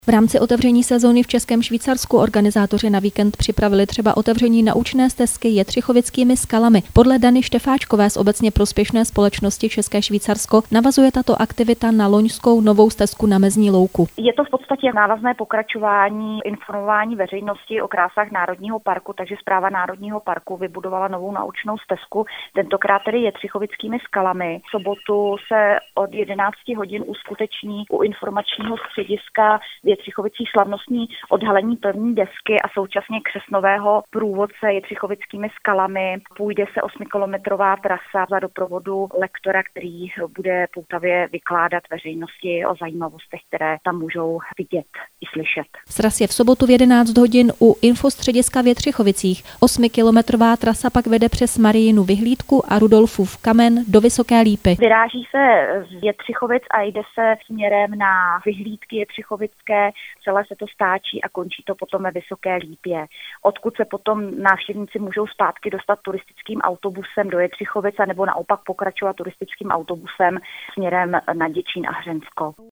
V rámci otevření sezóny v Českém Švýcarsku organizátoři na víkend připravili třeba otevření naučné stezky Jetřichovickými skalami. Podle Dany Štefáčkové z obecně prospěšné společnosti České Švýcarsko navazuje tato aktivita na loňskou novou stezku na Mezní louku. Je to v podstatě návazné pokračování informování veřejnosti o krásách Národního parku, takže Správa Národního parku vybudovala novou naučnou stezku, tentokrát tedy Jetřichovickými skalami. V sobotu se od 11 hodin uskuteční u informačního střediska v Jetřichovicích slavnostní odhalení první desky a současně křestnového průvodce Jetřichovickými skalami. Půjde se 8kilometrová trasa za doprovodu lektora, který bude poutavě vykládat veřejnosti o zajímavostech, které tam můžou vidět i slyšet. Sraz je v sobotu v 11 hodin u infostřediska v Jetřichovicích. 8kilometrová trasa pak vede přes Marijinu vyhlídku a Rudolfův kamen do Vysoké Lípy. Vyráží se z Jetřichovic a jde se směrem na vyhlídky Jetřichovické. Celé se to stáčí a končí to potom ve Vysoké Lípě, odkud se potom návštěvníci můžou zpátky dostat turistickým autobusem do Jetřichovic a nebo naopak pokračovat turistickým autobusem směrem na Děčín a Hřensko.